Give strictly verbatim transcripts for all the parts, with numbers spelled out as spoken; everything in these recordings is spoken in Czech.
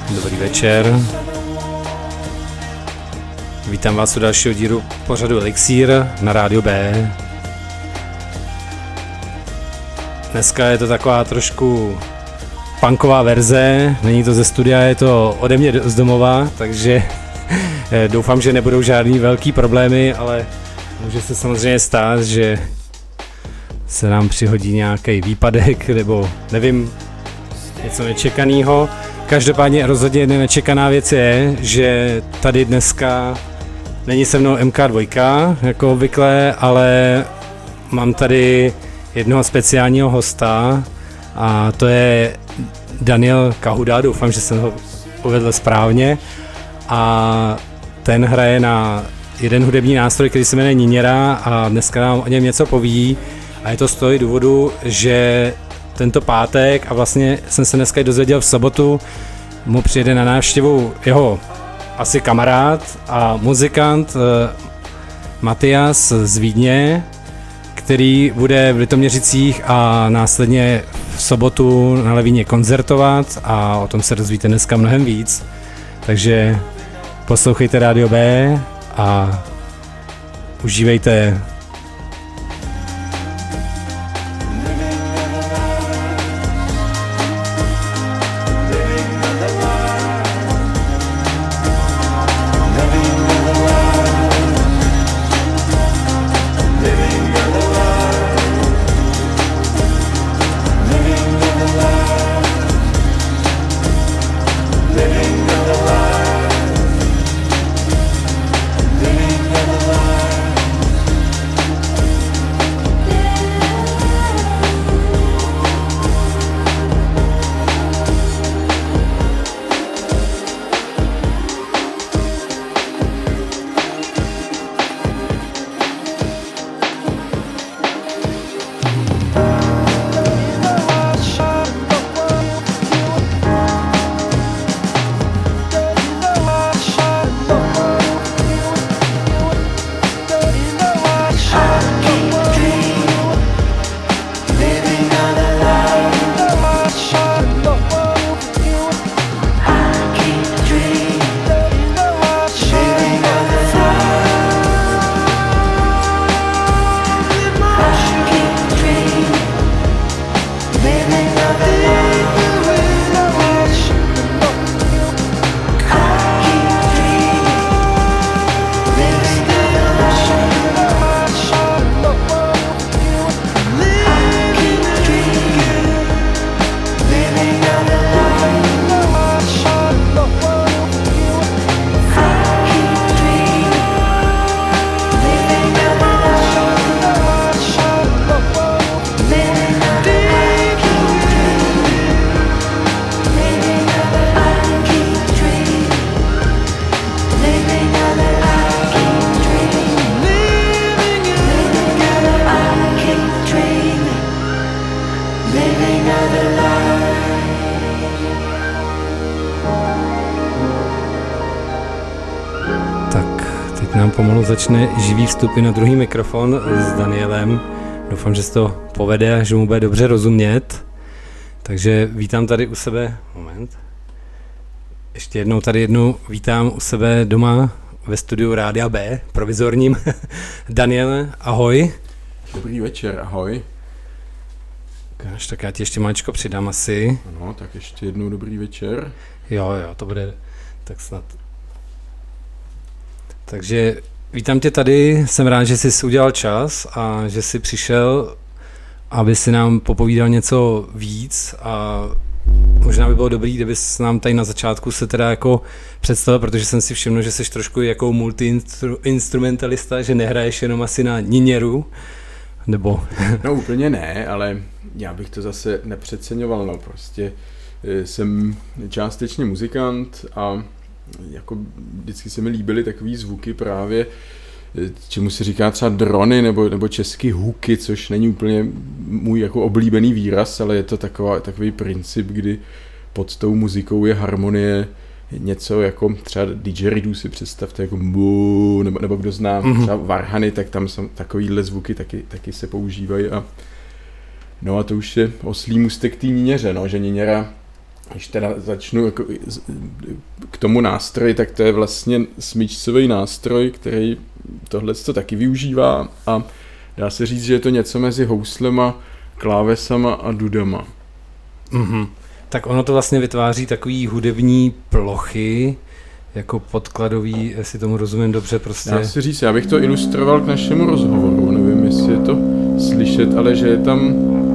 Dobrý večer. Vítám vás u dalšího dílu pořadu Elixír na Rádiu B. Dneska je to taková trošku punková verze, není to ze studia, je to ode mě z domova, takže doufám, že nebudou žádný velký problémy, ale může se samozřejmě stát, že se nám přihodí nějaký výpadek nebo nevím, něco nečekaného. Každopádně rozhodně jedna nečekaná věc je, že tady dneska není se mnou M K dva, jako obvykle, ale mám tady jednoho speciálního hosta a to je Daniel Kahuda, doufám, že jsem ho uvedl správně, a ten hraje na jeden hudební nástroj, který se jmenuje Niněra, a dneska nám o něm něco poví, a je to z toho důvodu, že tento pátek, a vlastně jsem se dneska dozvěděl v sobotu, mu přijede na návštěvu jeho asi kamarád a muzikant eh, Matias z Vídně, který bude v Litoměřicích a následně v sobotu na Levíně koncertovat, a o tom se dozvíte dneska mnohem víc. Takže poslouchejte Rádio B a užívejte. Začne živý vstupy na druhý mikrofon s Danielem. Doufám, že se to povede a že mu bude dobře rozumět. Takže vítám tady u sebe, moment, ještě jednou tady jednou vítám u sebe doma ve studiu Rádia B, provizorním. Daniel, ahoj. Dobrý večer, ahoj. Kaž, tak já ti ještě maličko přidám asi. Ano, tak ještě jednou dobrý večer. Jo, jo, to bude tak snad. Takže vítám tě tady, jsem rád, že jsi udělal čas a že jsi přišel, aby si nám popovídal něco víc, a možná by bylo dobrý, kdyby jsi nám tady na začátku se teda jako představil, protože jsem si všiml, že jsi trošku jako multi-instrumentalista, že nehraješ jenom asi na niněru, nebo... No úplně ne, ale já bych to zase nepřeceňoval, no prostě jsem částečně muzikant a jako vždycky se mi líbily takový zvuky právě, čemu se říká třeba drony nebo, nebo český huky, což není úplně můj jako oblíbený výraz, ale je to taková, takový princip, kdy pod tou muzikou je harmonie něco jako třeba didgeridoo si představte, jako bu, nebo, nebo kdo zná mm-hmm. třeba varhany, tak tam jsou takovýhle zvuky taky, taky se používají. A no a to už je oslý můstek té niněře, no, že niněra když teda začnu jako k tomu nástroji, tak to je vlastně smyčcový nástroj, který tohle to taky využívá a dá se říct, že je to něco mezi houslema, klávesama a dudama. Mm-hmm. Tak ono to vlastně vytváří takový hudební plochy, jako podkladový, jestli tomu rozumím dobře, prostě. Dá se říct, já bych to ilustroval k našemu rozhovoru, nevím, jestli je to slyšet, ale že je tam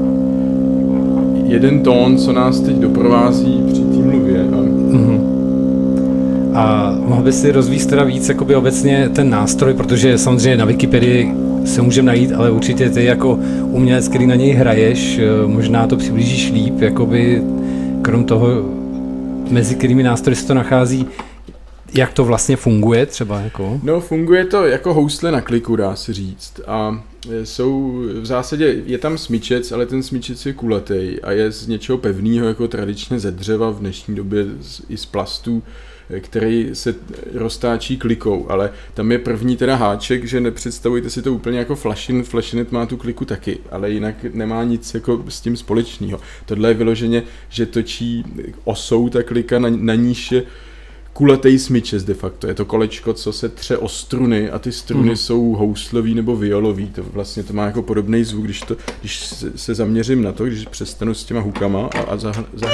jeden tón, co nás teď doprovází při té mluvě. A... Mm-hmm. A mohl by si rozvíct teda víc jakoby obecně ten nástroj, protože samozřejmě na Wikipedii se můžeme najít, ale určitě ty jako umělec, který na něj hraješ, možná to přiblížíš líp, jakoby krom toho, mezi kterými nástroji se to nachází, jak to vlastně funguje třeba jako? No, funguje to jako housle na kliku, dá se říct. A jsou v zásadě, je tam smyčec, ale ten smyčec je kulatý a je z něčeho pevného, jako tradičně ze dřeva, v dnešní době i z plastů, který se roztáčí klikou, ale tam je první teda háček, že nepředstavujte si to úplně jako Flashin, Flashinet má tu kliku taky, ale jinak nemá nic jako s tím společného. Tohle je vyloženě, že točí osou ta klika, na, na níž je kulatý smyčec de facto. Je to kolečko, co se tře o struny a ty struny mm. jsou houslový nebo violový. To vlastně to má jako podobný zvuk, když, to, když se, se zaměřím na to, když přestanu s těma hukama a, a zahr... zahr...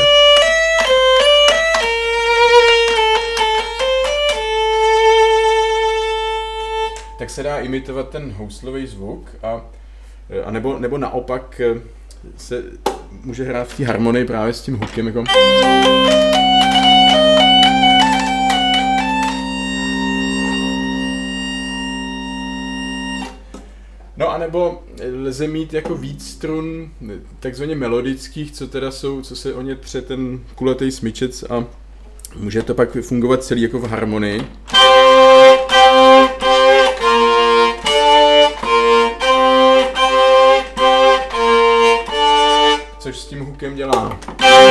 tak se dá imitovat ten houslový zvuk a, a nebo, nebo naopak se může hrát v té harmonii právě s tím hukem jako... No a nebo lze mít jako víc strun takzvaně melodických, co teda jsou, co se o ně tře ten kulatý smyčec a může to pak fungovat celý jako v harmonii. Což s tím hukem dělá.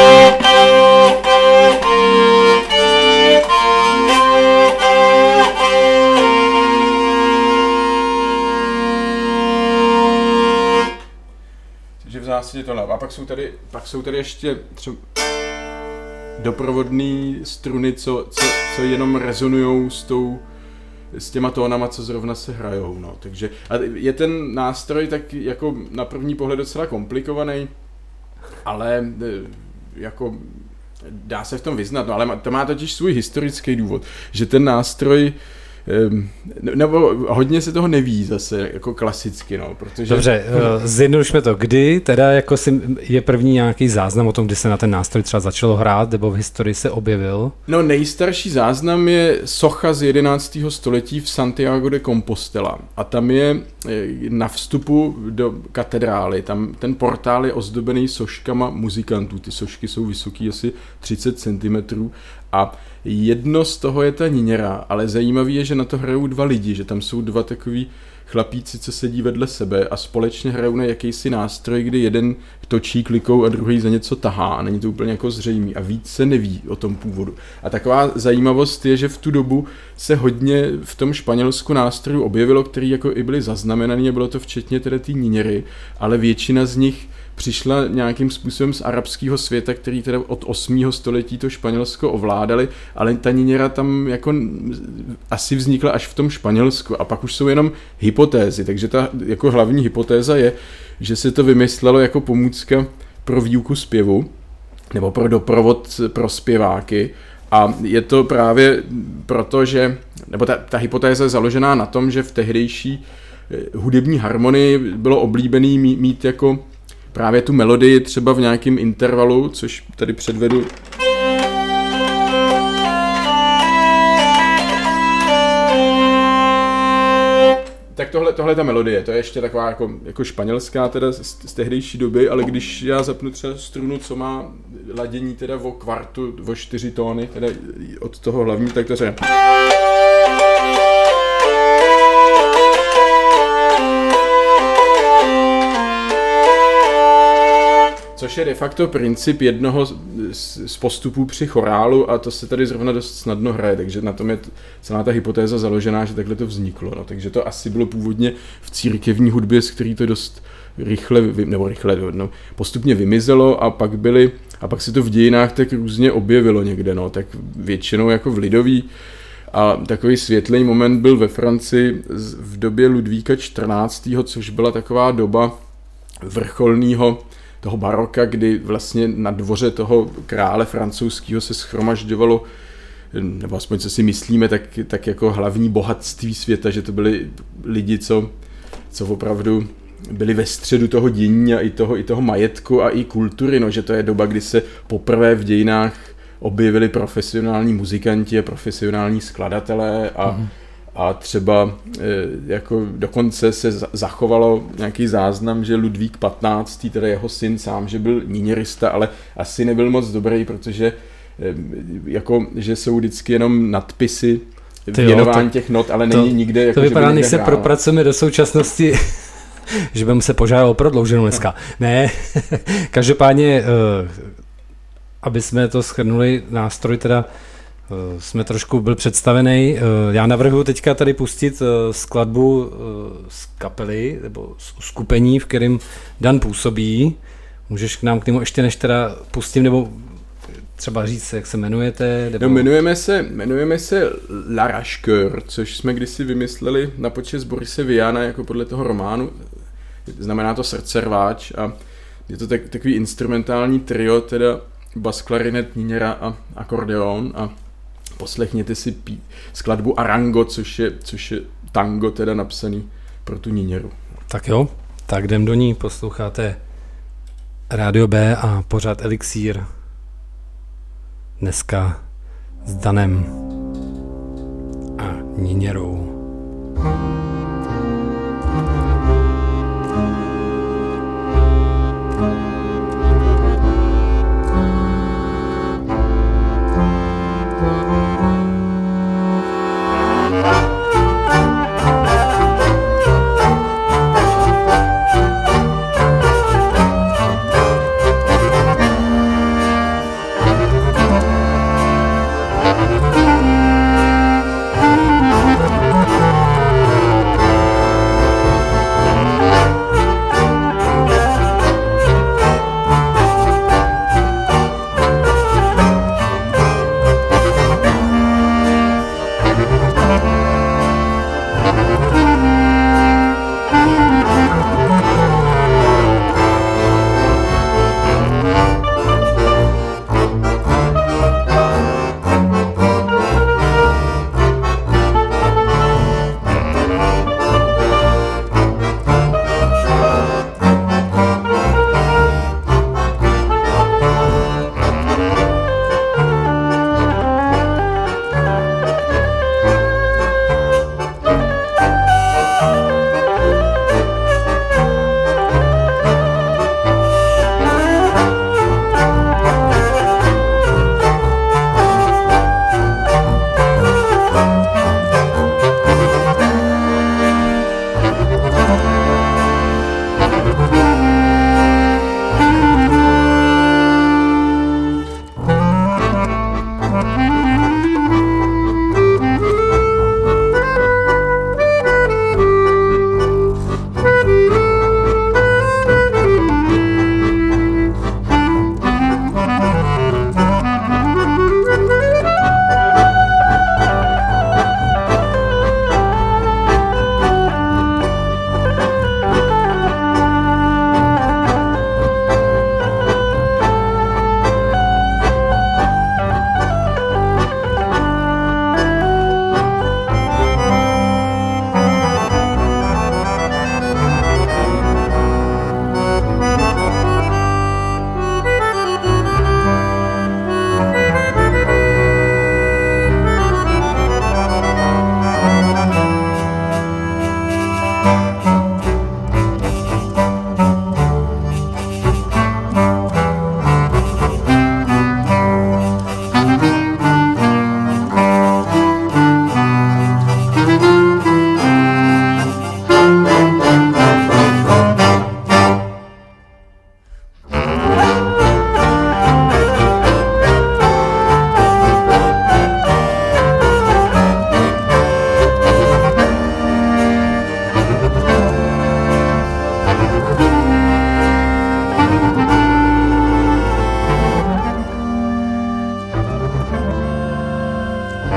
Takže v zásadě tohle. A pak jsou tady, pak jsou tady ještě třeba doprovodné struny, co, co, co jenom rezonujou s tou s těma tónama, co zrovna se hrajou. No. Takže a je ten nástroj tak jako na první pohled docela komplikovaný, ale jako dá se v tom vyznat, no, ale to má totiž svůj historický důvod, že ten nástroj nebo hodně se toho neví zase jako klasicky, no, protože... Dobře, zjednodušme to. Kdy teda jako si je první nějaký záznam o tom, kdy se na ten nástroj třeba začalo hrát, nebo v historii se objevil? No nejstarší záznam je socha z jedenáctého století v Santiago de Compostela a tam je na vstupu do katedrály, tam ten portál je ozdobený soškama muzikantů, ty sošky jsou vysoký asi třicet centimetrů a jedno z toho je ta niněra, ale zajímavý je, že na to hrajou dva lidi, že tam jsou dva takový chlapíci, co sedí vedle sebe a společně hrajou na jakýsi nástroj, kdy jeden točí klikou a druhý za něco tahá a není to úplně jako zřejmý a víc se neví o tom původu. A taková zajímavost je, že v tu dobu se hodně v tom Španělsku nástrojů objevilo, který jako i byly zaznamenaný a bylo to včetně tedy té niněry, ale většina z nich přišla nějakým způsobem z arabského světa, který teda od osmého století to Španělsko ovládali, ale ta niněra tam jako asi vznikla až v tom Španělsku a pak už jsou jenom hypotézy, takže ta jako hlavní hypotéza je, že se to vymyslelo jako pomůcka pro výuku zpěvu nebo pro doprovod pro zpěváky a je to právě proto, že, nebo ta, ta hypotéza je založená na tom, že v tehdejší hudební harmonii bylo oblíbený mít, mít jako právě tu melodii třeba v nějakém intervalu, což tady předvedu. Tak tohle, tohle je ta melodie, to je ještě taková jako, jako španělská teda z, z tehdejší doby, ale když já zapnu třeba strunu, co má ladění teda o kvartu, o čtyři tóny, teda od toho hlavní, tak to řekne. Což je de facto princip jednoho z postupů při chorálu a to se tady zrovna dost snadno hraje, takže na tom je celá ta hypotéza založená, že takhle to vzniklo. No. Takže to asi bylo původně v církevní hudbě, z který to dost rychle, nebo rychle, no, postupně vymizelo a pak byly a pak se to v dějinách tak různě objevilo někde, no, tak většinou jako v lidový. A takový světlý moment byl ve Francii v době Ludvíka čtrnáctého, což byla taková doba vrcholného toho baroka, kdy vlastně na dvoře toho krále francouzského se shromažďovalo, nebo aspoň co si myslíme, tak, tak jako hlavní bohatství světa, že to byli lidi, co, co opravdu byli ve středu toho dění a i toho, i toho majetku a i kultury, no, že to je doba, kdy se poprvé v dějinách objevili profesionální muzikanti a profesionální skladatelé a, mm. a třeba e, jako dokonce se zachovalo nějaký záznam, že Ludvík patnáctý, tedy jeho syn sám, že byl níněrista, ale asi nebyl moc dobrý, protože e, jako, že jsou vždycky jenom nadpisy věnování těch not, ale není to, nikde. Jako, to vypadá, než se propracujeme do současnosti, že budeme se požádat o prodlouženou dneska. Ne, každopádně aby jsme to shrnuli, nástroj teda uh, jsme trošku byl představený. Uh, já navrhuji teďka tady pustit uh, skladbu uh, z kapely, nebo z uskupení, v kterém Dan působí. Můžeš k nám k němu ještě než teda pustím, nebo třeba říct, jak se jmenujete? Nebo... No, jmenujeme se, jmenujeme se La Racheur, což jsme kdysi vymysleli na počest Borise Viana, jako podle toho románu. Znamená to srdcerváč a je to tak, takový instrumentální trio, teda bas, klarinet, níněra a akordeon a poslechněte si pí- skladbu Arango, což je, což je tango teda napsaný pro tu níněru. Tak jo, tak jdem do ní, posloucháte Rádio B a pořád Elixír. Dneska s Danem a níněrou.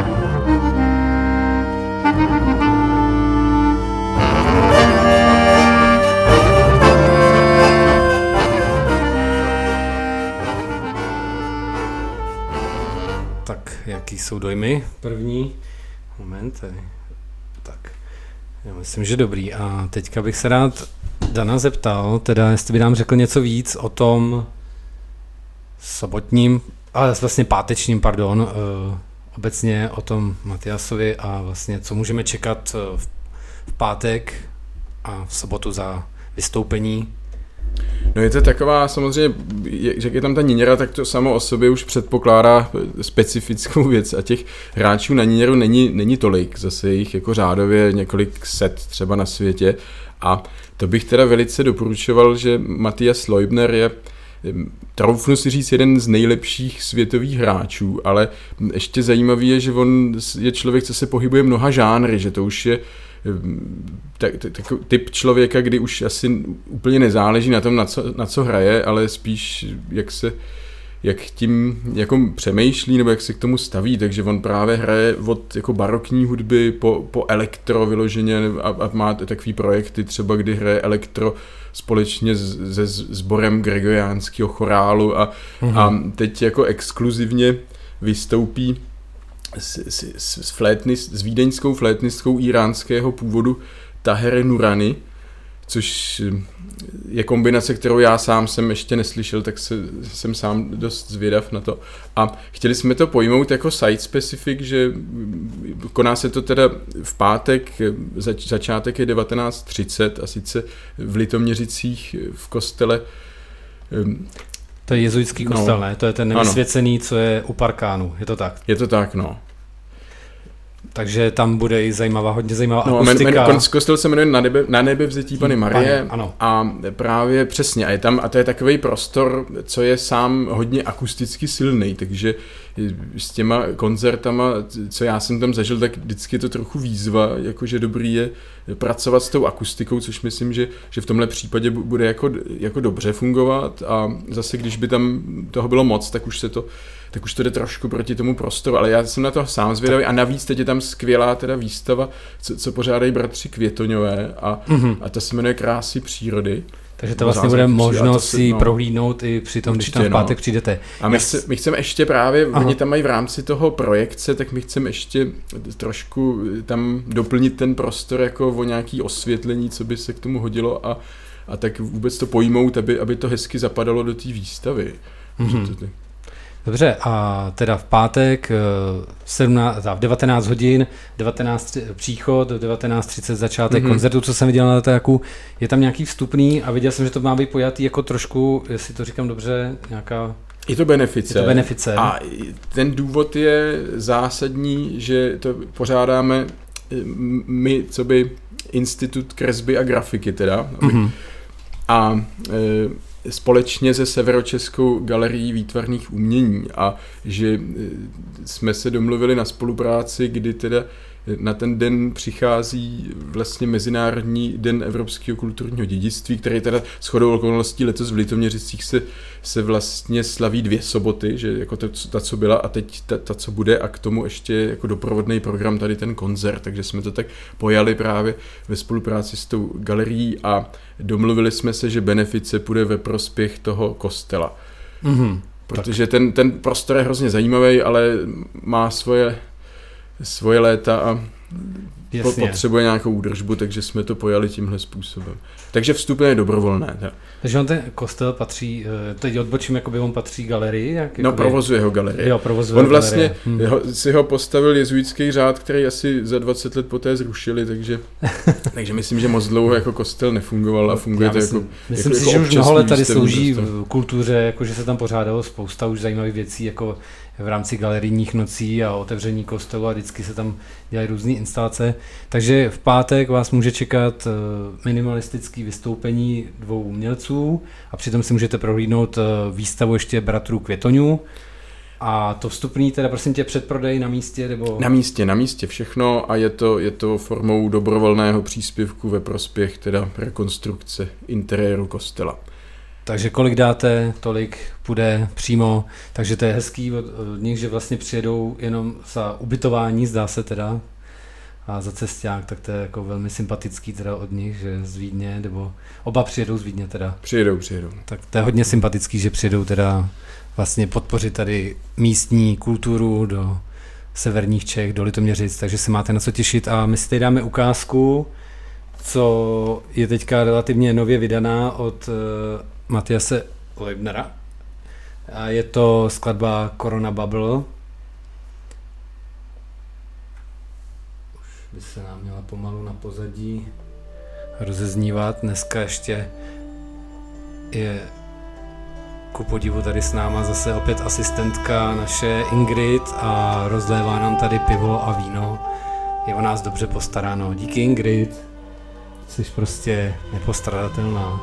Tak, jaký jsou dojmy? První moment, tady. Tak, já myslím, že dobrý. A teďka bych se rád Dana zeptal, teda jestli by nám řekl něco víc o tom sobotním, ale vlastně pátečním, pardon, uh, obecně o tom Matyásovi a vlastně co můžeme čekat v, v pátek a v sobotu za vystoupení. No je to taková samozřejmě, jak je tam ta Niněra, tak to samo o sobě už předpokládá specifickou věc a těch hráčů na Niněru není, není tolik, zase jich jako řádově několik set třeba na světě a to bych teda velice doporučoval, že Matthias Leubner je, troufnu si říct, jeden z nejlepších světových hráčů, ale ještě zajímavý je, že on je člověk, co se pohybuje mnoha žánry, že to už je tak, tak, tak, typ člověka, kdy už asi úplně nezáleží na tom, na co, na co hraje, ale spíš jak se jak tím jako přemýšlí nebo jak se k tomu staví, takže on právě hraje od jako barokní hudby po, po elektro vyloženě a, a má takový projekty třeba, kdy hraje elektro společně se sborem gregoriánského chorálu a, mm-hmm. a teď jako exkluzivně vystoupí s, s, s, flétnist, s vídeňskou flétnistkou iránského původu Tahere Nurani, což je kombinace, kterou já sám jsem ještě neslyšel, tak se, jsem sám dost zvědav na to. A chtěli jsme to pojmout jako site specific, že koná se to teda v pátek, zač, začátek je devatenáct třicet a sice v Litoměřicích v kostele. To je jezuitský kostel, no, ne? To je ten nevysvěcený, co je u Parkánu, je to tak? Je to tak, no. Takže tam bude i zajímavá, hodně zajímavá no, akustika. Men, men, kostel se jmenuje Na nebe, na nebe vzetí Panny Marie ano. A právě přesně, a je tam, a to je takový prostor, co je sám hodně akusticky silný, takže s těma koncertama, co já jsem tam zažil, tak vždycky je to trochu výzva, jakože dobrý je pracovat s tou akustikou, což myslím, že, že v tomhle případě bude jako, jako dobře fungovat a zase, když by tam toho bylo moc, tak už se to tak už to jde trošku proti tomu prostoru, ale já jsem na to sám zvědavý a navíc teď je tam skvělá teda výstava, co, co pořádají bratři Květoňové a, mm-hmm. a to se jmenuje Krásy přírody. Takže to vlastně bude možnost si no, prohlídnout i při tom, určitě, když tam v pátek no. přijdete. A my, chce, my chceme ještě právě, Aha. oni tam mají v rámci toho projekce, tak my chceme ještě trošku tam doplnit ten prostor jako o nějaký osvětlení, co by se k tomu hodilo a, a tak vůbec to pojmout, aby, aby to hezky zapadalo do té výstavy. Mm-hmm. To, Dobře, a teda v pátek sedmnáct, v devatenáct hodin, devatenáct příchod, v devatenáct třicet začátek mm-hmm. koncertu, co jsem viděl na letajaku, je tam nějaký vstupný a viděl jsem, že to má být pojatý jako trošku, jestli to říkám dobře, nějaká... Je to benefice. Je to benefice. A ten důvod je zásadní, že to pořádáme my, co by Institut kresby a grafiky teda. Aby, mm-hmm. A... E, společně se Severočeskou galerií výtvarných umění a že jsme se domluvili na spolupráci, kdy teda na ten den přichází vlastně Mezinárodní den evropského kulturního dědictví, který teda shodou okolností letos v Litoměřicích se, se vlastně slaví dvě soboty, že jako ta, ta co byla a teď ta, ta, co bude a k tomu ještě jako doprovodný program tady ten koncert, takže jsme to tak pojali právě ve spolupráci s tou galerií a domluvili jsme se, že benefice půjde ve prospěch toho kostela. Mm-hmm, protože ten, ten prostor je hrozně zajímavý, ale má svoje svoje léta a Jasně. potřebuje nějakou údržbu, takže jsme to pojali tímhle způsobem. Takže vstupné je dobrovolné. Tak. Takže on ten kostel patří, teď odbočím, jakoby on patří galerii? Jak, no, provozuje ho galerie. Jo, provozuje on vlastně galerie. Ho, si ho postavil jezuitský řád, který asi za dvacet let poté zrušili, takže, takže myslím, že moc dlouho jako kostel nefungoval a funguje Já to myslím, jako Myslím jako, si, jako že už mnoho let tady slouží prostor. v kultuře, jako že se tam pořádalo spousta už zajímavých věcí, jako v rámci galerijních nocí a otevření kostelu a vždycky se tam dělají různé instalace. Takže v pátek vás může čekat minimalistické vystoupení dvou umělců a přitom si můžete prohlídnout výstavu ještě bratrů Květoňů. A to vstupný teda prosím tě předprodej na místě? Nebo... Na místě, na místě všechno a je to, je to formou dobrovolného příspěvku ve prospěch teda rekonstrukce interiéru kostela. takže kolik dáte, tolik půjde přímo, takže to je hezký od, od nich, že vlastně přijedou jenom za ubytování, zdá se teda, a za cesták, tak to je jako velmi sympatický teda od nich, že z Vídně, nebo oba přijedou z Vídně teda. Přijedou, přijedou. Tak to je hodně sympatický, že přijedou teda vlastně podpořit tady místní kulturu do severních Čech, do Litoměřic, takže se máte na co těšit a my si tady dáme ukázku, co je teďka relativně nově vydaná od uh, Matiase Leibnera a je to skladba Corona Bubble. Už by se nám měla pomalu na pozadí rozeznívat. Dneska ještě je ku podivu tady s náma zase opět asistentka naše Ingrid a rozlévá nám tady pivo a víno. Je o nás dobře postaráno. Díky Ingrid. Jsi prostě nepostradatelná.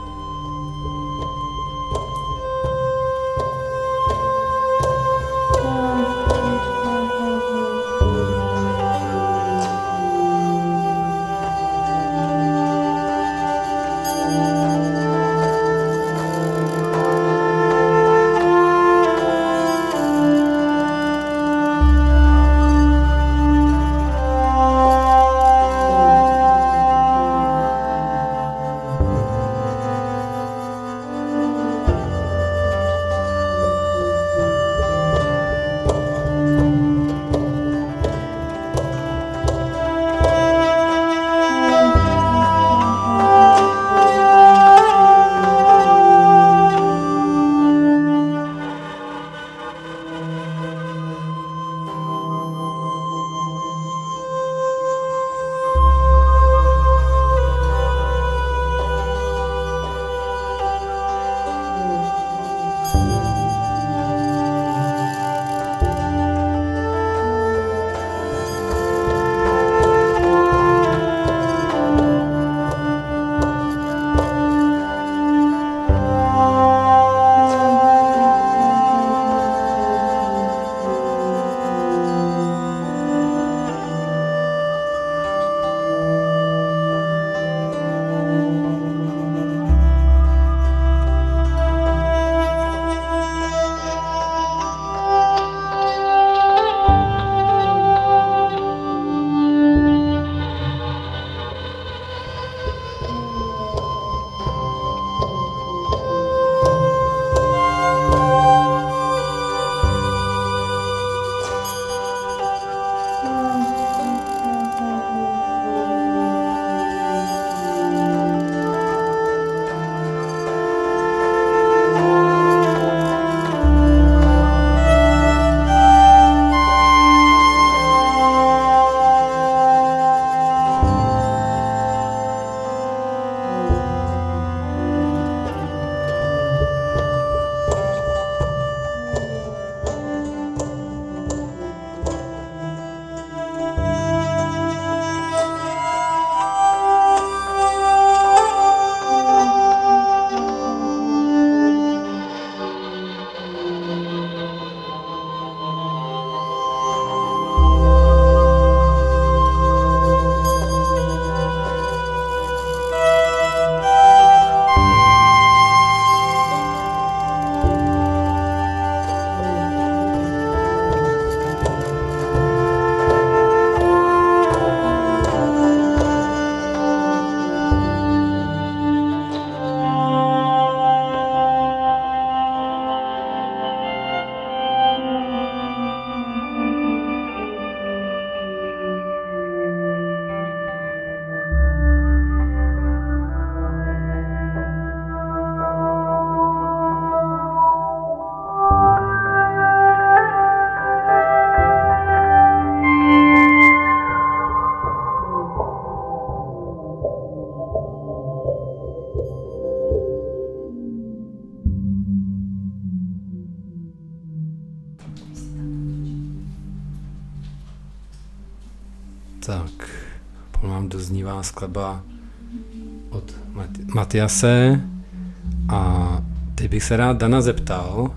Tak, nám doznívá skladba od Mati- Matiase a teď bych se rád Dana zeptal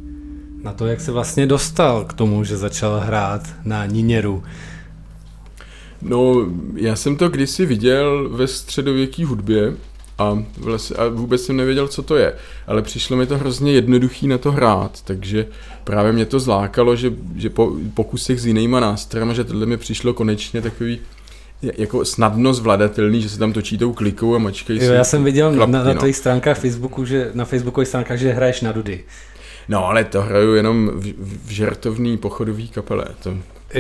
na to, jak se vlastně dostal k tomu, že začal hrát na niněru. No, já jsem to kdysi viděl ve středověké hudbě a, vlastně, a vůbec jsem nevěděl, co to je. Ale přišlo mi to hrozně jednoduchý na to hrát, takže právě mě to zlákalo, že, že po pokusech s jinýma nástrojama, že tohle mi přišlo konečně takový jako snadno zvladatelný, že se tam točí tou klikou a mačkají si. Jo, já jsem viděl klapky, na, na no. tvých stránkách Facebooku, že na facebookových stránkách, že hraješ na dudy. No, ale to hraju jenom v, v žertovný pochodový kapele. To...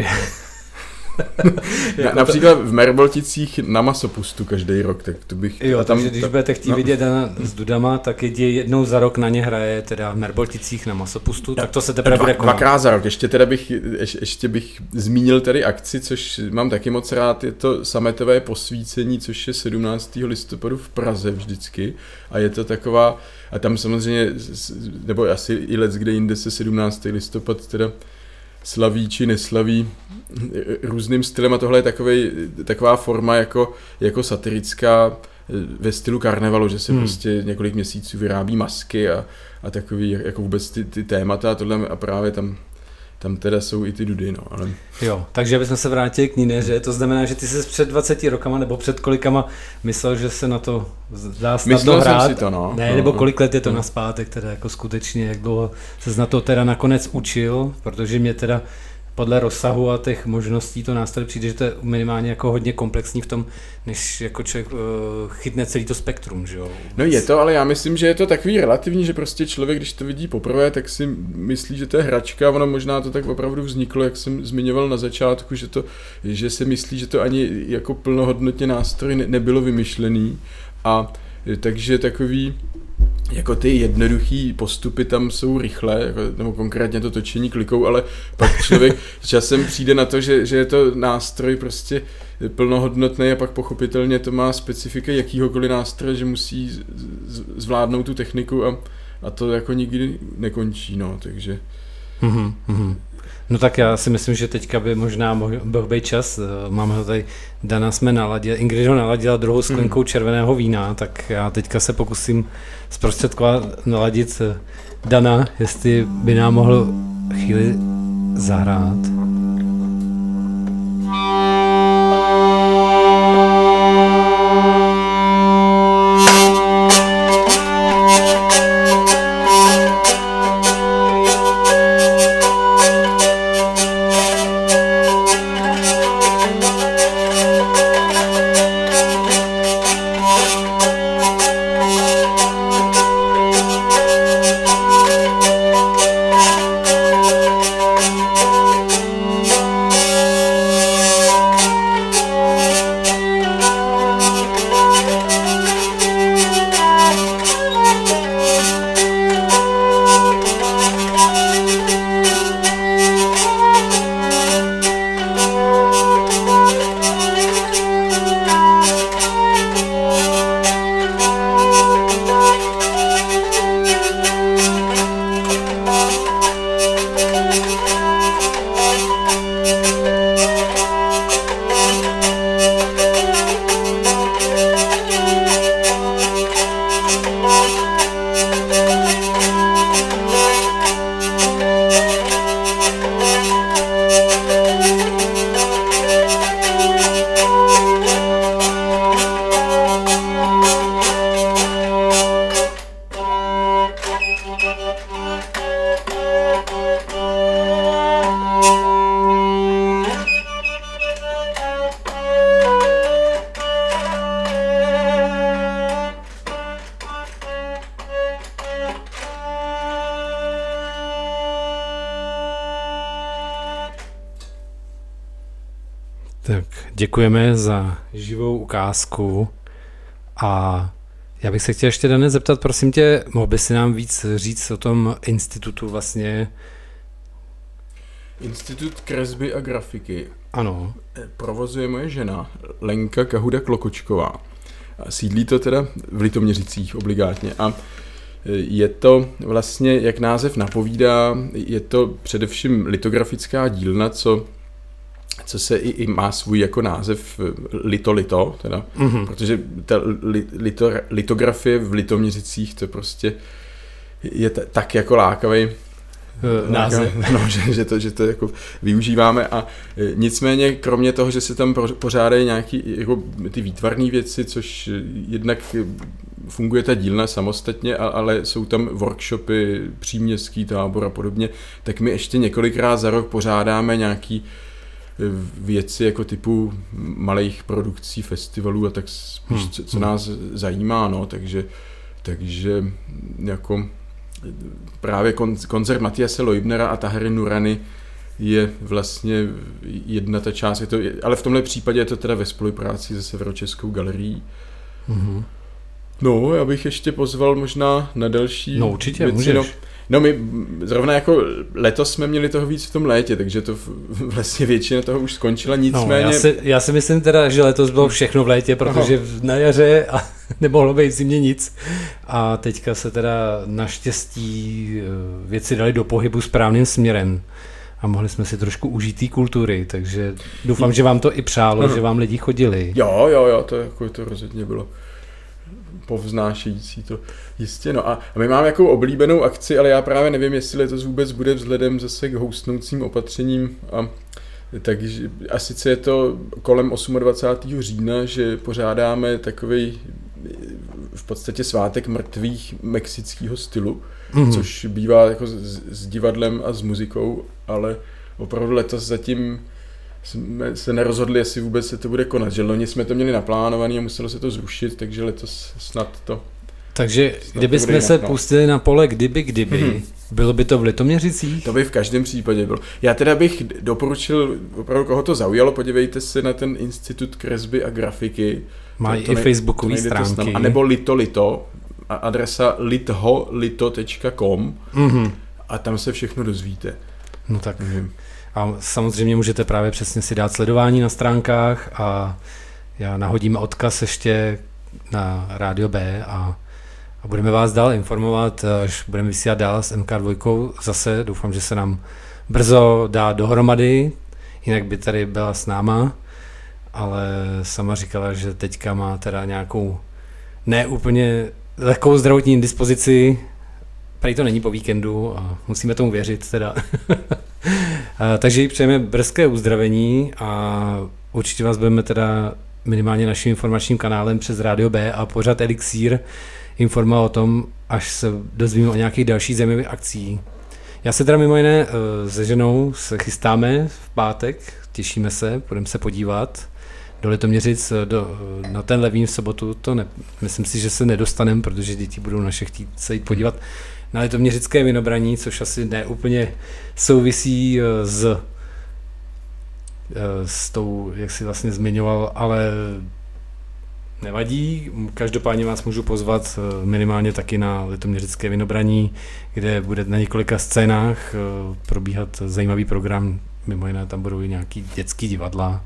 na, například v Merbolticích na masopustu každý rok, tak to bych... Jo, a tam, takže když ta, budete chtít no. vidět Dana s dudama, tak jedi jednou za rok na ně hraje teda v Merbolticích na masopustu, tak to se teprve Dva, bude konat. Dvakrát za rok, ještě teda bych, ješ, ještě bych zmínil tady akci, což mám taky moc rád, je to sametové posvícení, což je sedmnáctého listopadu v Praze vždycky a je to taková, a tam samozřejmě, nebo asi i let, kde jinde se sedmnáctého listopad teda slaví či neslaví různým stylem a tohle je takovej, taková forma jako, jako satirická ve stylu karnevalu, že se hmm. prostě několik měsíců vyrábí masky a, a takový jako vůbec ty, ty témata a tohle a právě tam tam teda jsou i ty dudy, no, ale... Jo, takže abychom se vrátili k Nineře, to znamená, že ty jsi před dvaceti rokama nebo před kolikama myslel, že se na to dá snadno hrát. Myslel jsem si to, no. Ne, no, nebo no. kolik let je to nazpátek, teda jako skutečně, jak dlouho ses na to teda nakonec učil, protože mě teda podle rozsahu a těch možností to nástroj přijde, že to je minimálně jako hodně komplexní v tom, než jako člověk uh, chytne celý to spektrum, že jo? No je to, ale já myslím, že je to takový relativní, že prostě člověk, když to vidí poprvé, tak si myslí, že to je hračka, ono možná to tak opravdu vzniklo, jak jsem zmiňoval na začátku, že, to, že si myslí, že to ani jako plnohodnotně nástroj ne, nebylo vymyšlený a takže takový jako ty jednoduchý postupy tam jsou rychle, jako, nebo konkrétně to točení klikou, ale pak člověk časem přijde na to, že, že je to nástroj prostě plnohodnotný a pak pochopitelně to má specifika jakýhokoliv nástroje, že musí z, z, zvládnout tu techniku a, a to jako nikdy nekončí, no, takže... Mm-hmm, mm-hmm. No tak já si myslím, že teďka by možná mohl být čas, máme ho tady, Dana jsme naladili, Ingrid ho naladila druhou sklenkou červeného vína, tak já teďka se pokusím zprostředkovat, naladit Dana, jestli by nám mohl chvíli zahrát. Tak děkujeme za živou ukázku a já bych se chtěl ještě, Dane, zeptat, prosím tě, mohl bys si nám víc říct o tom institutu vlastně? Institut kresby a grafiky. Ano. Provozuje moje žena, Lenka Kahuda-Klokočková. Sídlí to teda v Litoměřicích obligátně a je to vlastně, jak název napovídá, je to především litografická dílna, co co se i, i má svůj jako název Lito Lito, teda, mm-hmm. protože ta li, lito, litografie v Litoměřicích to prostě je t- tak jako lákavý název, no, že, že, to, že to jako využíváme a nicméně kromě toho, že se tam pořádají nějaký jako ty výtvarné věci, což jednak funguje ta dílna samostatně, ale jsou tam workshopy, příměstský tábor a podobně, tak my ještě několikrát za rok pořádáme nějaký věci jako typu malých produkcí, festivalů a tak spíš, hmm. co, co nás zajímá, no, takže, takže jako právě koncert Mathiase Leubnera a Tahary Nourany je vlastně jedna ta část, je to, ale v tomhle případě je to teda ve spolupráci se Severočeskou galerií. Mm-hmm. No, já bych ještě pozval možná na další No určitě, věci. můžeš. No, no my zrovna jako letos jsme měli toho víc v tom létě, takže to vlastně většina toho už skončila, nicméně... No, já, si, já si myslím teda, že letos bylo všechno v létě, protože Aha. na jaře a nemohlo být v zimě nic. A teďka se teda naštěstí věci dali do pohybu správným směrem. A mohli jsme si trošku užít té kultury, takže doufám, že vám to i přálo, Aha. že vám lidi chodili. Jo, jo, jo, to, jako, to rozhodně bylo povznášející to jistě. No a, a my máme jako oblíbenou akci, ale já právě nevím, jestli to vůbec bude vzhledem zase k hostnoucím opatřením. A, takže, a sice je to kolem dvacátého osmého října, že pořádáme takovej v podstatě svátek mrtvých mexického stylu, mm-hmm. což bývá jako s, s divadlem a s muzikou, ale opravdu letos zatím jsme se nerozhodli, jestli vůbec se to bude konat, že loni jsme to měli naplánované a muselo se to zrušit, takže letos snad to... Takže kdyby jsme se pustili na pole kdyby, kdyby, mm-hmm. bylo by to v Litoměřicích? To by v každém případě bylo. Já teda bych doporučil, opravdu koho to zaujalo, podívejte se na ten Institut kresby a grafiky. Mají i facebookové stránky. A nebo Lito Lito, adresa litholito tečka com mm-hmm. a tam se všechno dozvíte. No tak... Mm-hmm. A samozřejmě můžete právě přesně si dát sledování na stránkách a já nahodím odkaz ještě na Rádio B a, a budeme vás dál informovat, až budeme vysílat dál s M K dva. Zase doufám, že se nám brzo dá dohromady, jinak by tady byla s náma, ale sama říkala, že teďka má teda nějakou neúplně lehkou zdravotní indispozici, prej to není po víkendu a musíme tomu věřit teda. Takže jí přejeme brzké uzdravení a určitě vás budeme teda minimálně naším informačním kanálem přes Rádio B a pořad Elixír informovat o tom, až se dozvíme o nějakých dalších zajímavých akcí. Já se teda mimo jiné se ženou se chystáme v pátek, těšíme se, budeme se podívat do Litoměřic do, na ten Levín v sobotu, to ne, myslím si, že se nedostaneme, protože děti budou naše chtít se jít podívat na Litoměřické vinobraní, což asi neúplně souvisí s, s tou, jak si vlastně zmiňoval, ale nevadí. Každopádně vás můžu pozvat minimálně taky na Litoměřické vinobraní, kde bude na několika scénách probíhat zajímavý program, mimo jiné tam budou i nějaký dětský divadla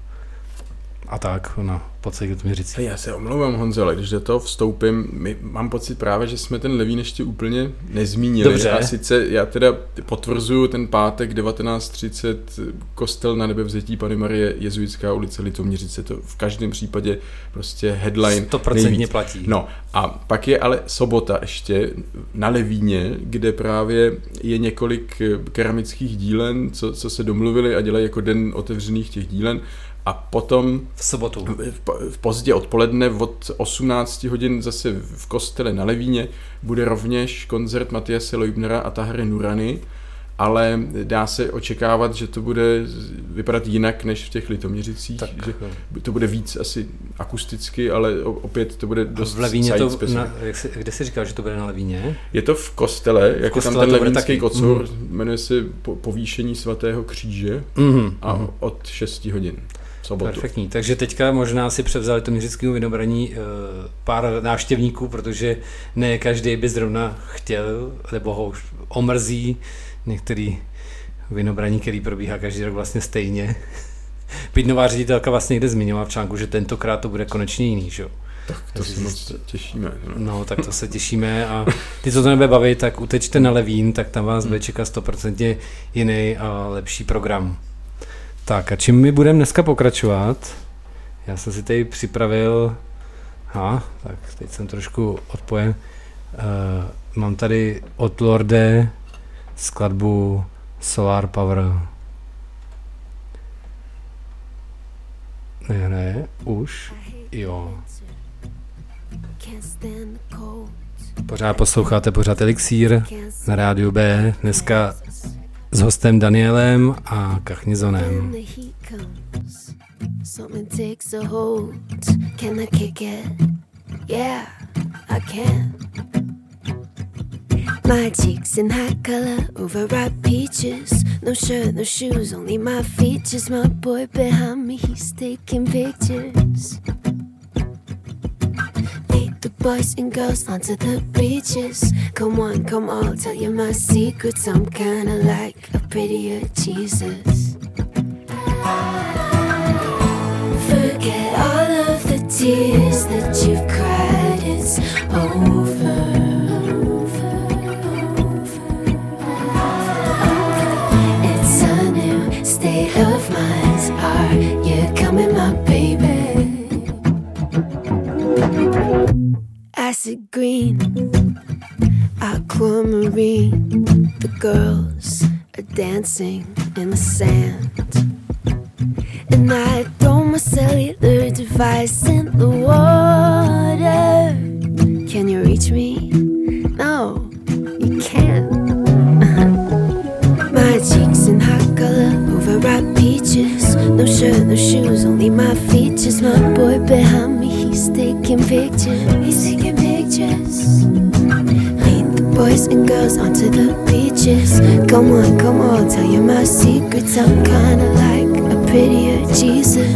a tak na pocit Litoměřicí. Já se omlouvám, Honzo, ale když do toho vstoupím, my, mám pocit právě, že jsme ten Levín ještě úplně nezmínili. Dobře. A sice já teda potvrzuju ten pátek devatenáct třicet kostel na Nebevzetí Panny Marie, Jezuitská ulice Litoměřice, to v každém případě prostě headline sto procent platí. No a pak je ale sobota ještě na Levíně, kde právě je několik keramických dílen, co, co se domluvili a dělají jako den otevřených těch dílen. A potom v sobotu v, v pozdě odpoledne od osmnáct hodin zase v kostele na Levíně bude rovněž koncert Mathiase Leubnera a Tahary Nourany, ale dá se očekávat, že to bude vypadat jinak než v těch Litoměřicích, tak, že to bude víc asi akusticky, ale opět to bude dost v Levíně to, na, jak jsi, kde jsi říkal, že to bude na Levíně? Je to v kostele, jako kostele tam ten levínský kocour, mm. jmenuje se Povýšení svatého kříže mm. a mm. od šest hodin. Sobotu. Perfektní, takže teďka možná si převzali to měřickému vinobraní e, pár návštěvníků, protože ne každý by zrovna chtěl, nebo ho už omrzí některý vinobraní, který probíhá každý rok vlastně stejně. Byť nová ředitelka vlastně někde zmiňovala v článku, že tentokrát to bude konečně jiný, že jo? Tak to se moc těšíme. No. no, tak to se těšíme a ty, co to nebude bavit, tak utečte na Levín, tak tam vás bude čekat sto procent jiný a lepší program. Tak a čím my budeme dneska pokračovat? Já jsem si tady připravil, ha, tak teď jsem trošku odpojen. Uh, mám tady od Lorde skladbu Solar Power. Ne, ne, už, jo. Pořád posloucháte pořád Elixír na rádiu B, dneska s hostem Danielem a Kachnizonem. Something takes a hold. Can I kick it? Yeah, I can. My cheeks in high color, overripe peaches. No shirt, no shoes, only my features. My boy behind me, he's taking pictures. Lead the boys and girls onto the beaches. Come on, come on, tell you my secrets. I'm kinda like a prettier Jesus. Forget all of the tears that you've cried, it's over. It's a new state of mind. Are you coming, my baby? Acid green, aquamarine. The girls are dancing in the sand. And I throw my cellular device in the water. Can you reach me? No, you can't. My cheeks in hot color, overripe peaches. No shirt, no shoes, only my features. My boy behind me, he's taking pictures. He's taking pictures. Lead the boys and girls onto the beaches. Come on, come on, tell you my secrets. I'm kinda like a prettier Jesus.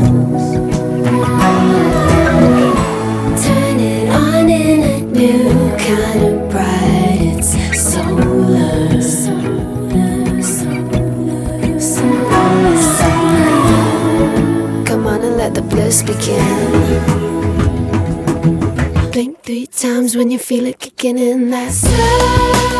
Turn it on in a new kind of bright. It's solar. Solar, solar, solar, solar. Come on and let the bliss begin. Blink three times when you feel it kicking in. That soul.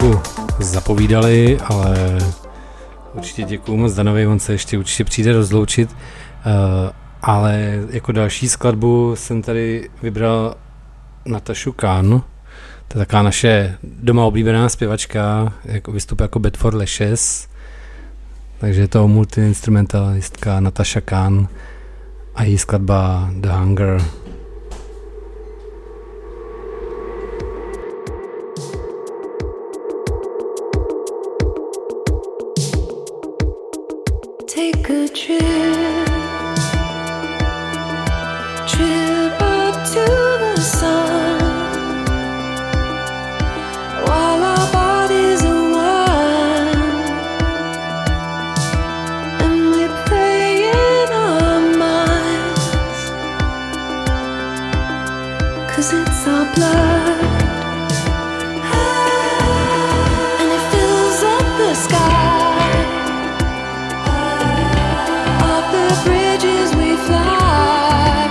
trochu zapovídali, ale určitě děkuju moc Danovi, on se ještě určitě přijde rozloučit, uh, ale jako další skladbu jsem tady vybral Natashu Khan, to je taková naše doma oblíbená zpěvačka, jako vystupuje jako Bad for Lashes, takže je to multiinstrumentalistka Natasha Khan a její skladba The Hunger. Take a trip, trip up to the sun, while our bodies are one, and we play in our minds, 'cause it's our blood, and it fills up the sky. Bridges we fly.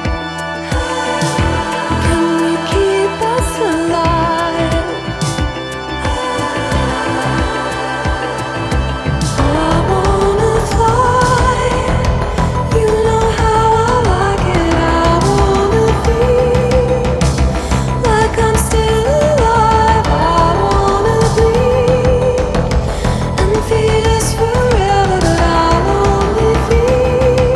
Can you keep us alive? I wanna fly. You know how I like it. I wanna feel like I'm still alive. I wanna bleed and feel this forever, but I only feel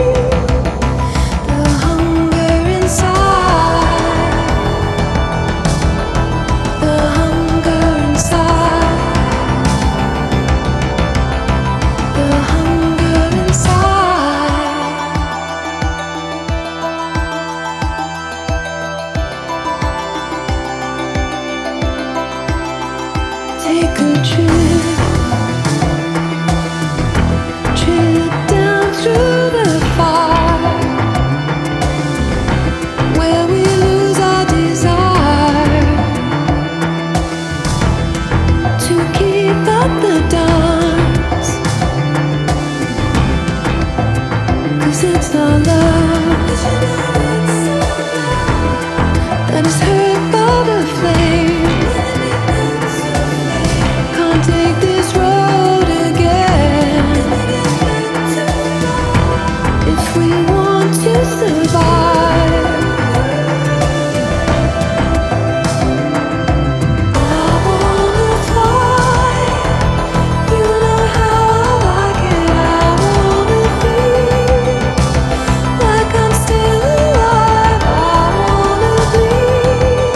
take a trip, trip down through the fire, where we lose our desire to keep up the dance, 'cause it's the love that is hurt by the flame. Can't take this road again if we want to survive. I wanna fly. You know how I like it. I wanna feel like I'm still alive. I wanna bleed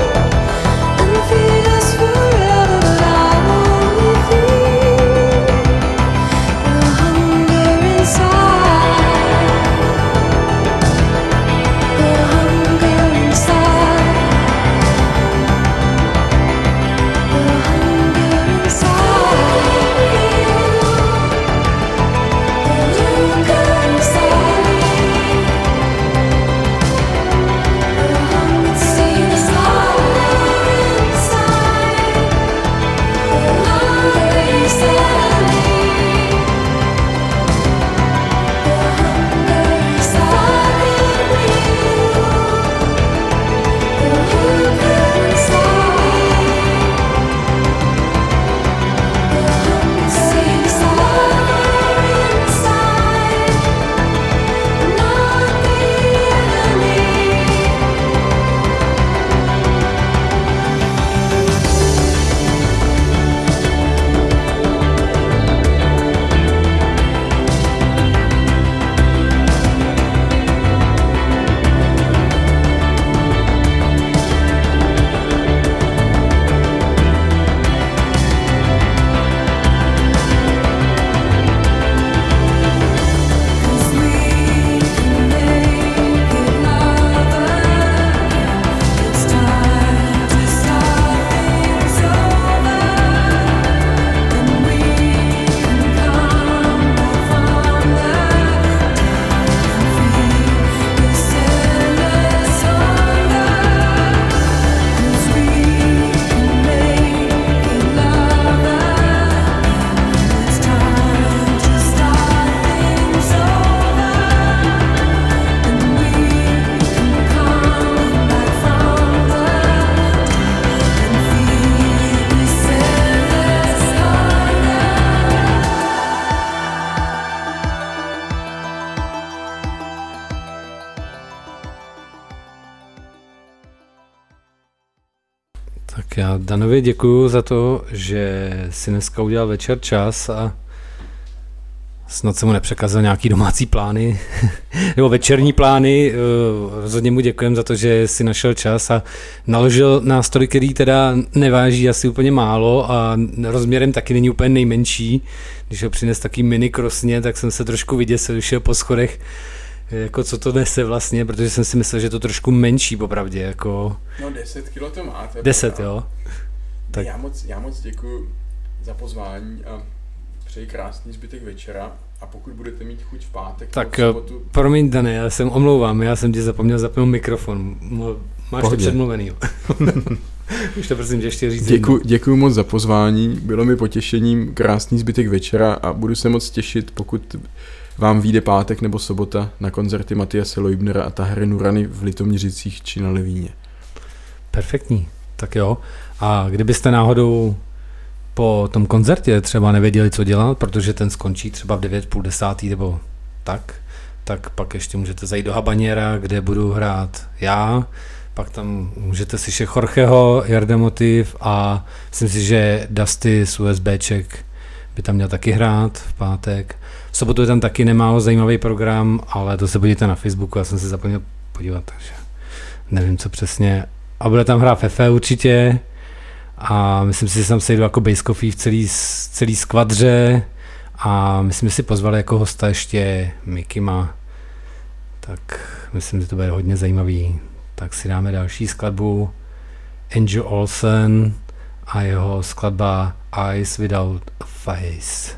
Tak já Danovi děkuju za to, že si dneska udělal večer čas a snad se mu nepřekazil nějaký domácí plány, nebo večerní plány. Rozhodně mu děkujem za to, že si našel čas a naložil nástroj, který teda neváží asi úplně málo a rozměrem taky není úplně nejmenší. Když ho přines taký mini krosně, tak jsem se trošku vyděsil, když šel po schodech, jako co to nese vlastně, protože jsem si myslel, že je to trošku menší popravdě. Jako... No deset kilo to máte. deset, jo. Tak. Já, moc, já moc děkuji za pozvání a přeji krásný zbytek večera a pokud budete mít chuť v pátek tak v sobotu... promiň Dane, já jsem omlouvám, já jsem ti zapomněl zapnout mikrofon. Máš to předmluvený. Už to prosím tě ještě říct. Děkuji, děkuji moc za pozvání, bylo mi potěšením, krásný zbytek večera a budu se moc těšit, pokud vám vyjde pátek nebo sobota na koncerty Matiase Leubnera a Tahary Nurany v Litoměřicích či na Levíně. Perfektní, tak jo. A kdybyste náhodou po tom koncertě třeba nevěděli, co dělat, protože ten skončí třeba v devět, půl desátý nebo tak, tak pak ještě můžete zajít do Habanera, kde budu hrát já, pak tam můžete slyšet Jorgeho, Jarda Motiv a myslím si, že Dusty z USBček by tam měl taky hrát v pátek. V sobotu je tam taky nemálo zajímavý program, ale to se podívejte na Facebooku, já jsem se zapomněl podívat, takže nevím, co přesně. A bude tam hrát Fefe určitě a myslím si, že tam sejdu jako Bass Coffee v celý, celý skvadře a myslím, že si pozvali jako hosta ještě Mikima, tak myslím, že to bude hodně zajímavý. Tak si dáme další skladbu Angel Olsen a jeho skladba Eyes Without a Face.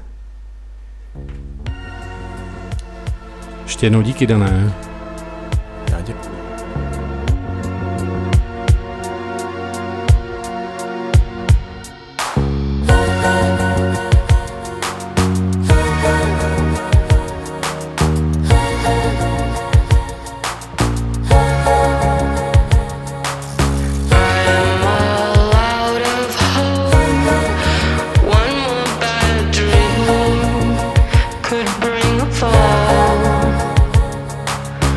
Ještě jednou díky, Dané. Já děkuji. Could bring a fall.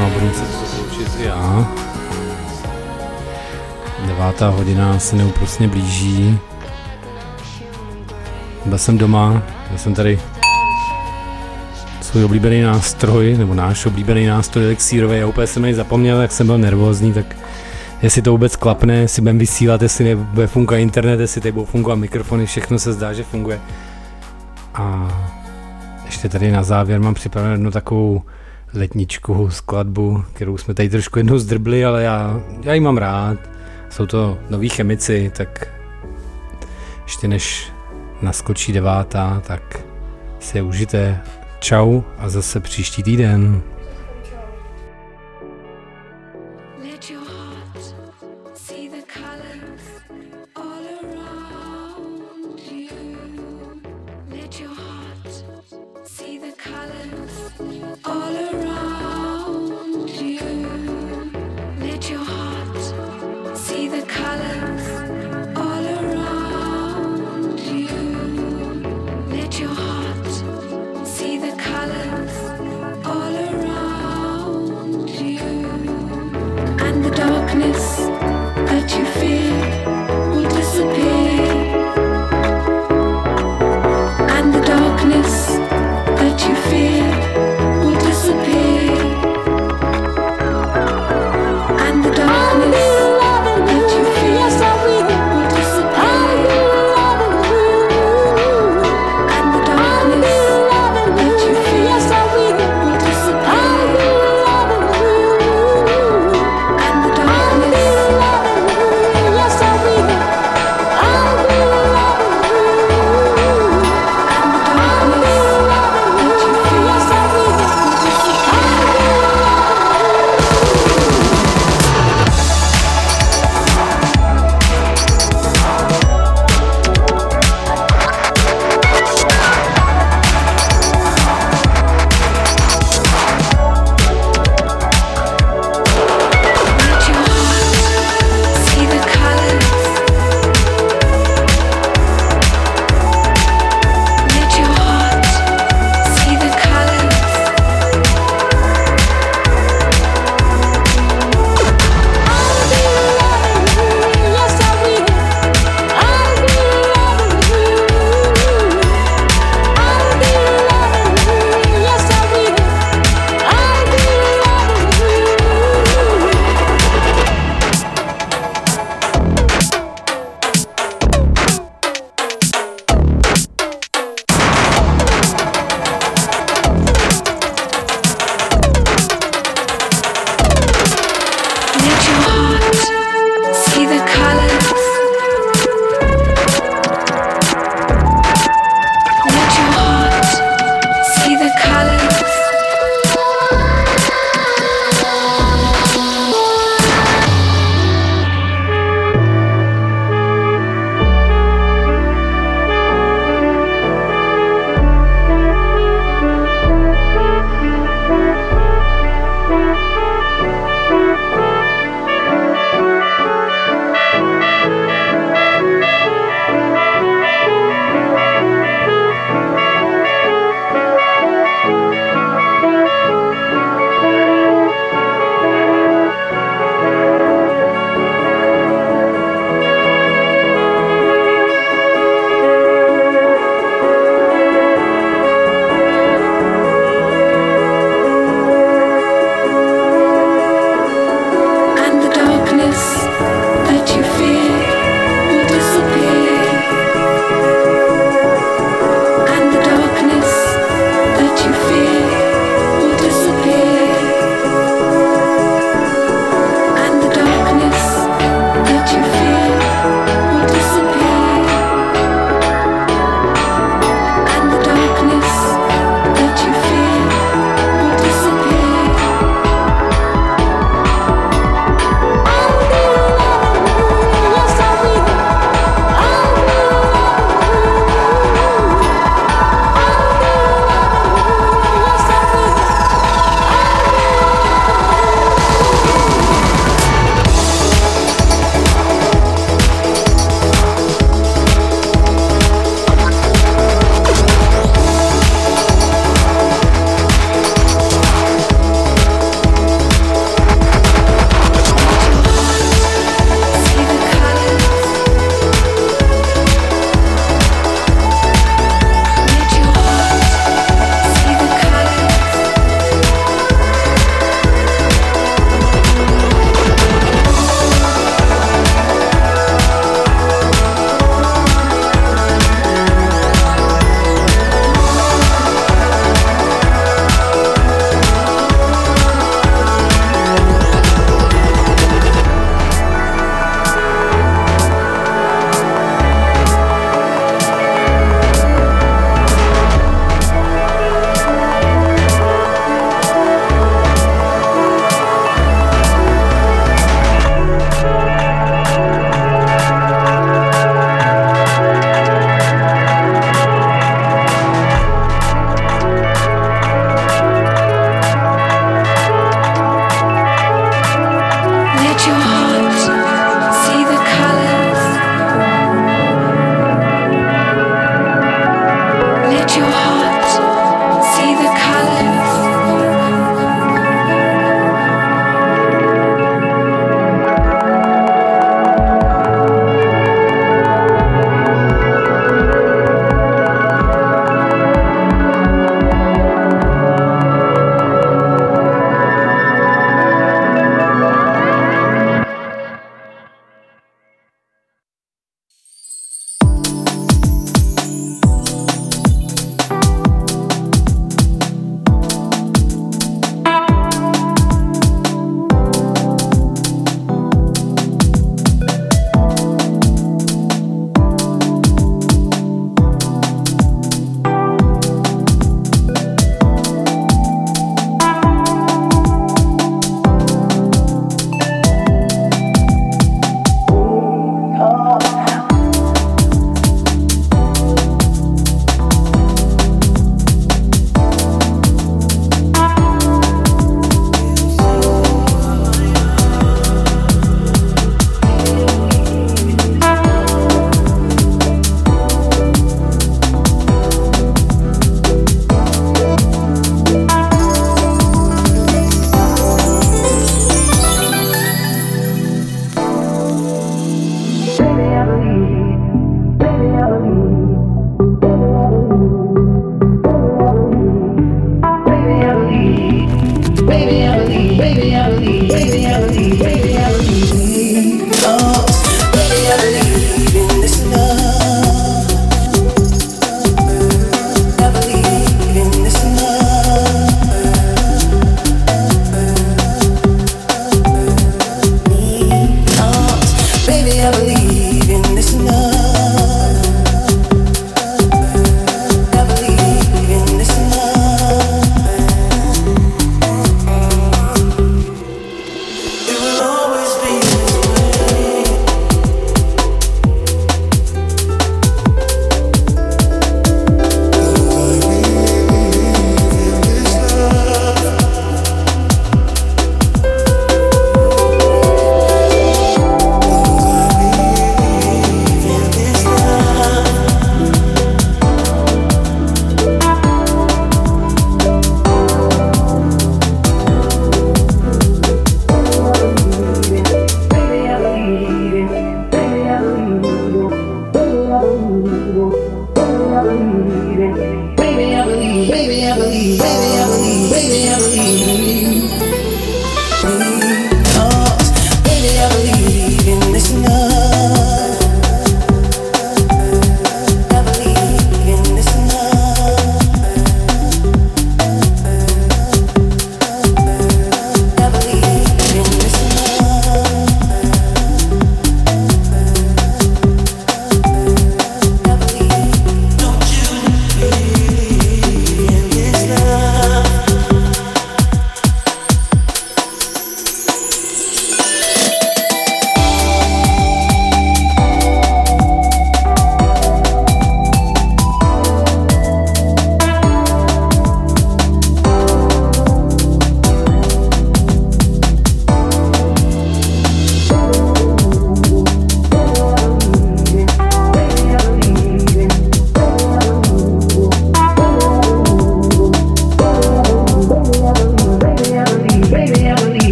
a budu muset přesloučit i já. Devátá hodina se neúprosně blíží. Byl jsem doma, já jsem tady svůj oblíbený nástroj, nebo náš oblíbený nástroj elixírový, já úplně jsem na něj zapomněl, jak jsem byl nervózní, tak jestli to vůbec klapne, jestli budeme vysílat, jestli nebude fungovat internet, jestli tady budou fungovat mikrofony, všechno se zdá, že funguje. A ještě tady na závěr mám připravenou jednu takovou letničku, skladbu, kterou jsme tady trošku jednou zdrbli, ale já, já ji mám rád. Jsou to noví chemici, tak ještě než naskočí devátá, tak si je užijte. Čau a zase příští týden. All around. baby, I believe, baby, I believe, baby, I believe, baby, I believe. Oh, baby, I believe in this love. I believe in this love. Oh, baby, I believe in this love. Baby, I believe, baby, I believe, baby, I believe, baby, I believe.